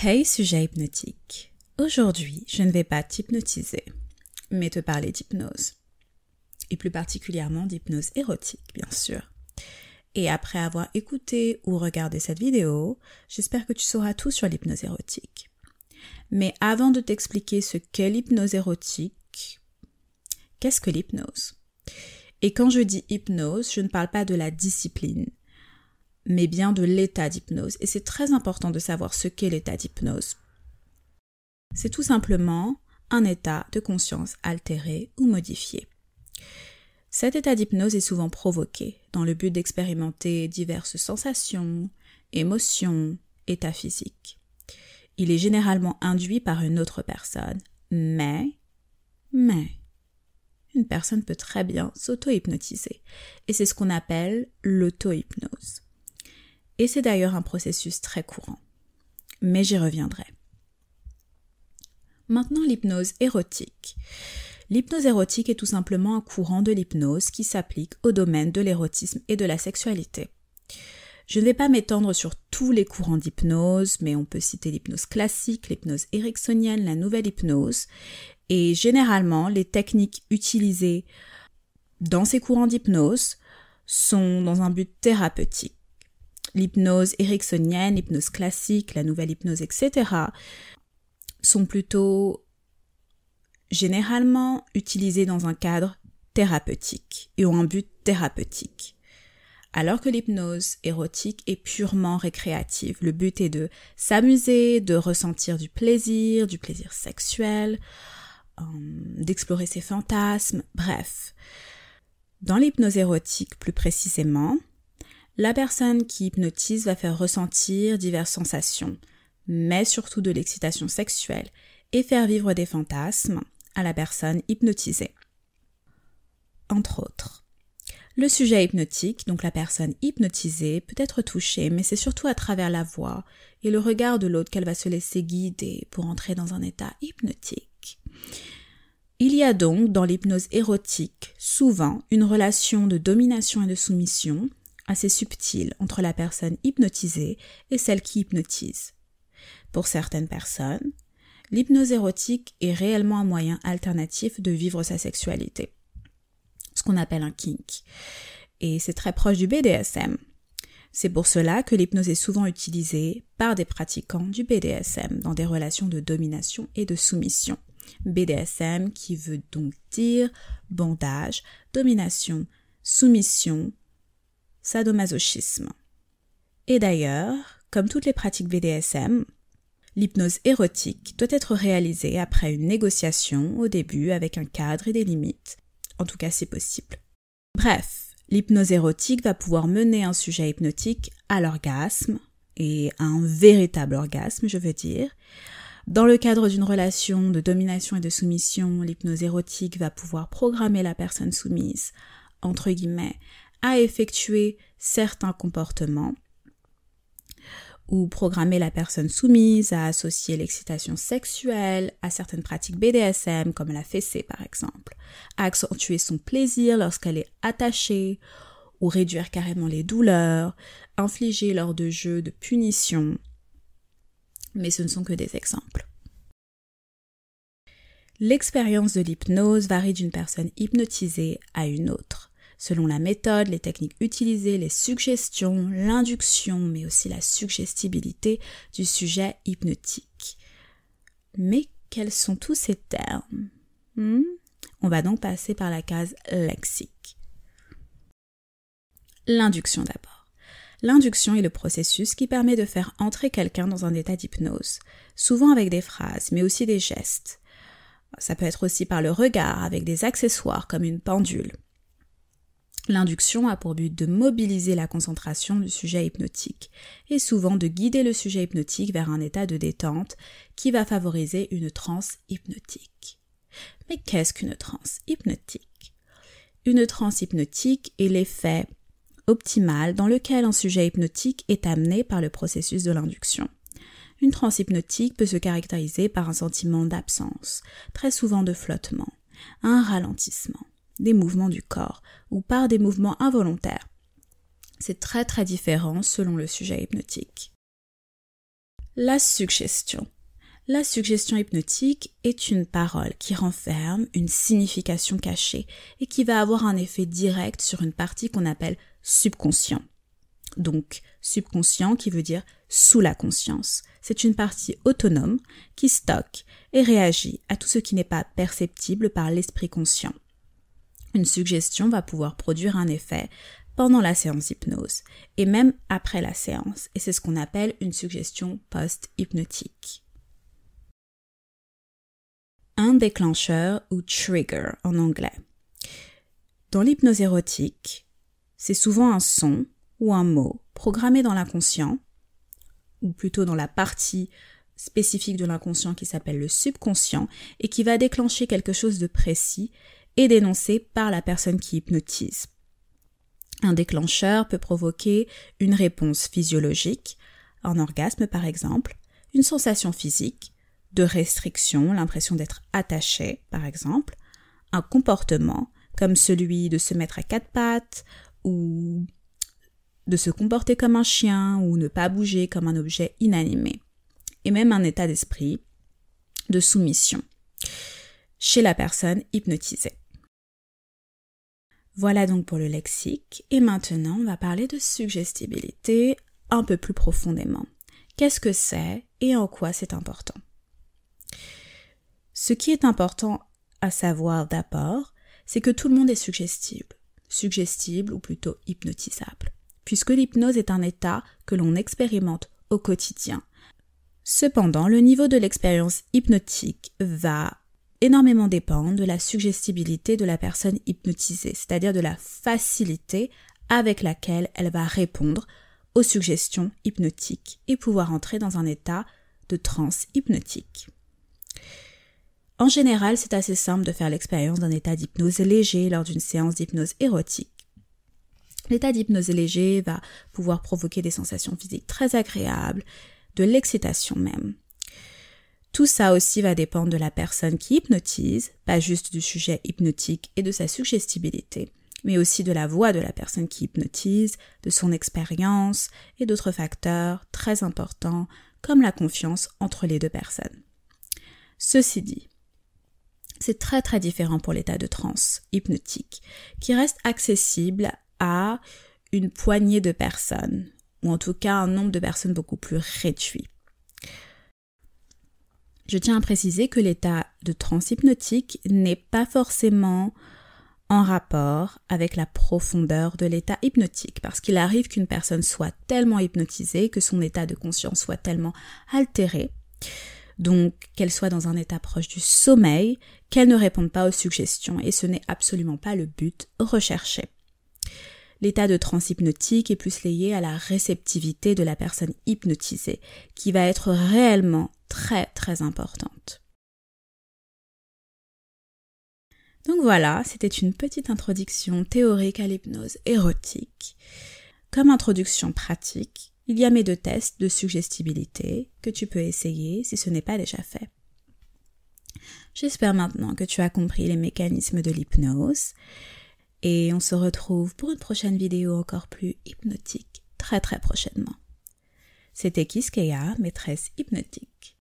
Hey sujet hypnotique, aujourd'hui je ne vais pas t'hypnotiser, mais te parler d'hypnose. Et plus particulièrement d'hypnose érotique, bien sûr. Et après avoir écouté ou regardé cette vidéo, j'espère que tu sauras tout sur l'hypnose érotique. Mais avant de t'expliquer ce qu'est l'hypnose érotique, qu'est-ce que l'hypnose? Et quand je dis hypnose, je ne parle pas de la discipline, mais bien de l'état d'hypnose. Et c'est très important de savoir ce qu'est l'état d'hypnose. C'est tout simplement un état de conscience altéré ou modifié. Cet état d'hypnose est souvent provoqué dans le but d'expérimenter diverses sensations, émotions, états physiques. Il est généralement induit par une autre personne, mais une personne peut très bien s'auto-hypnotiser. Et c'est ce qu'on appelle l'auto-hypnose. Et c'est d'ailleurs un processus très courant. Mais j'y reviendrai. Maintenant, l'hypnose érotique. L'hypnose érotique est tout simplement un courant de l'hypnose qui s'applique au domaine de l'érotisme et de la sexualité. Je ne vais pas m'étendre sur tous les courants d'hypnose, mais on peut citer l'hypnose classique, l'hypnose ericksonienne, la nouvelle hypnose. Et généralement, les techniques utilisées dans ces courants d'hypnose sont dans un but thérapeutique. L'hypnose ericksonienne, l'hypnose classique, la nouvelle hypnose, etc. sont plutôt généralement utilisées dans un cadre thérapeutique et ont un but thérapeutique. Alors que l'hypnose érotique est purement récréative. Le but est de s'amuser, de ressentir du plaisir sexuel, d'explorer ses fantasmes, bref. Dans l'hypnose érotique plus précisément, la personne qui hypnotise va faire ressentir diverses sensations, mais surtout de l'excitation sexuelle, et faire vivre des fantasmes à la personne hypnotisée. Entre autres. Le sujet hypnotique, donc la personne hypnotisée, peut être touchée, mais c'est surtout à travers la voix et le regard de l'autre qu'elle va se laisser guider pour entrer dans un état hypnotique. Il y a donc, dans l'hypnose érotique, souvent une relation de domination et de soumission assez subtile entre la personne hypnotisée et celle qui hypnotise. Pour certaines personnes, l'hypnose érotique est réellement un moyen alternatif de vivre sa sexualité, ce qu'on appelle un kink. Et c'est très proche du BDSM. C'est pour cela que l'hypnose est souvent utilisée par des pratiquants du BDSM dans des relations de domination et de soumission. BDSM qui veut donc dire bondage, domination, soumission, sadomasochisme. Et d'ailleurs, comme toutes les pratiques BDSM, l'hypnose érotique doit être réalisée après une négociation au début avec un cadre et des limites, en tout cas si possible. Bref, l'hypnose érotique va pouvoir mener un sujet hypnotique à l'orgasme, et à un véritable orgasme, je veux dire. Dans le cadre d'une relation de domination et de soumission, l'hypnose érotique va pouvoir programmer la personne soumise, entre guillemets, à effectuer certains comportements ou programmer la personne soumise à associer l'excitation sexuelle à certaines pratiques BDSM comme la fessée par exemple, à accentuer son plaisir lorsqu'elle est attachée ou réduire carrément les douleurs, infliger lors de jeux de punition. Mais ce ne sont que des exemples. L'expérience de l'hypnose varie d'une personne hypnotisée à une autre, selon la méthode, les techniques utilisées, les suggestions, l'induction, mais aussi la suggestibilité du sujet hypnotique. Mais quels sont tous ces termes? On va donc passer par la case lexique. L'induction d'abord. L'induction est le processus qui permet de faire entrer quelqu'un dans un état d'hypnose, souvent avec des phrases, mais aussi des gestes. Ça peut être aussi par le regard, avec des accessoires comme une pendule. L'induction a pour but de mobiliser la concentration du sujet hypnotique et souvent de guider le sujet hypnotique vers un état de détente qui va favoriser une transe hypnotique. Mais qu'est-ce qu'une transe hypnotique? Une transe hypnotique est l'effet optimal dans lequel un sujet hypnotique est amené par le processus de l'induction. Une transe hypnotique peut se caractériser par un sentiment d'absence, très souvent de flottement, un ralentissement, des mouvements du corps ou par des mouvements involontaires. C'est très très différent selon le sujet hypnotique. La suggestion. La suggestion hypnotique est une parole qui renferme une signification cachée et qui va avoir un effet direct sur une partie qu'on appelle subconscient. Donc, subconscient qui veut dire sous la conscience. C'est une partie autonome qui stocke et réagit à tout ce qui n'est pas perceptible par l'esprit conscient. Une suggestion va pouvoir produire un effet pendant la séance d'hypnose et même après la séance, et c'est ce qu'on appelle une suggestion post-hypnotique. Un déclencheur ou trigger en anglais. Dans l'hypnose érotique, c'est souvent un son ou un mot programmé dans l'inconscient, ou plutôt dans la partie spécifique de l'inconscient qui s'appelle le subconscient et qui va déclencher quelque chose de précis et dénoncé par la personne qui hypnotise. Un déclencheur peut provoquer une réponse physiologique, un orgasme par exemple, une sensation physique, de restriction, l'impression d'être attaché par exemple, un comportement comme celui de se mettre à quatre pattes ou de se comporter comme un chien ou ne pas bouger comme un objet inanimé, et même un état d'esprit de soumission chez la personne hypnotisée. Voilà donc pour le lexique, et maintenant on va parler de suggestibilité un peu plus profondément. Qu'est-ce que c'est et en quoi c'est important? Ce qui est important à savoir d'abord, c'est que tout le monde est suggestible ou plutôt hypnotisable, puisque l'hypnose est un état que l'on expérimente au quotidien. Cependant, le niveau de l'expérience hypnotique va énormément dépendre de la suggestibilité de la personne hypnotisée, c'est-à-dire de la facilité avec laquelle elle va répondre aux suggestions hypnotiques et pouvoir entrer dans un état de transe hypnotique. En général, c'est assez simple de faire l'expérience d'un état d'hypnose léger lors d'une séance d'hypnose érotique. L'état d'hypnose léger va pouvoir provoquer des sensations physiques très agréables, de l'excitation même. Tout ça aussi va dépendre de la personne qui hypnotise, pas juste du sujet hypnotique et de sa suggestibilité, mais aussi de la voix de la personne qui hypnotise, de son expérience et d'autres facteurs très importants comme la confiance entre les deux personnes. Ceci dit, c'est très très différent pour l'état de transe hypnotique, qui reste accessible à une poignée de personnes, ou en tout cas un nombre de personnes beaucoup plus réduit. Je tiens à préciser que l'état de transe hypnotique n'est pas forcément en rapport avec la profondeur de l'état hypnotique, parce qu'il arrive qu'une personne soit tellement hypnotisée que son état de conscience soit tellement altéré, donc qu'elle soit dans un état proche du sommeil, qu'elle ne réponde pas aux suggestions, et ce n'est absolument pas le but recherché. L'état de transe hypnotique est plus lié à la réceptivité de la personne hypnotisée, qui va être réellement très très importante. Donc voilà, c'était une petite introduction théorique à l'hypnose érotique. Comme introduction pratique, il y a mes 2 tests de suggestibilité que tu peux essayer si ce n'est pas déjà fait. J'espère maintenant que tu as compris les mécanismes de l'hypnose et on se retrouve pour une prochaine vidéo encore plus hypnotique très très prochainement. C'était Quisqueya, maîtresse hypnotique.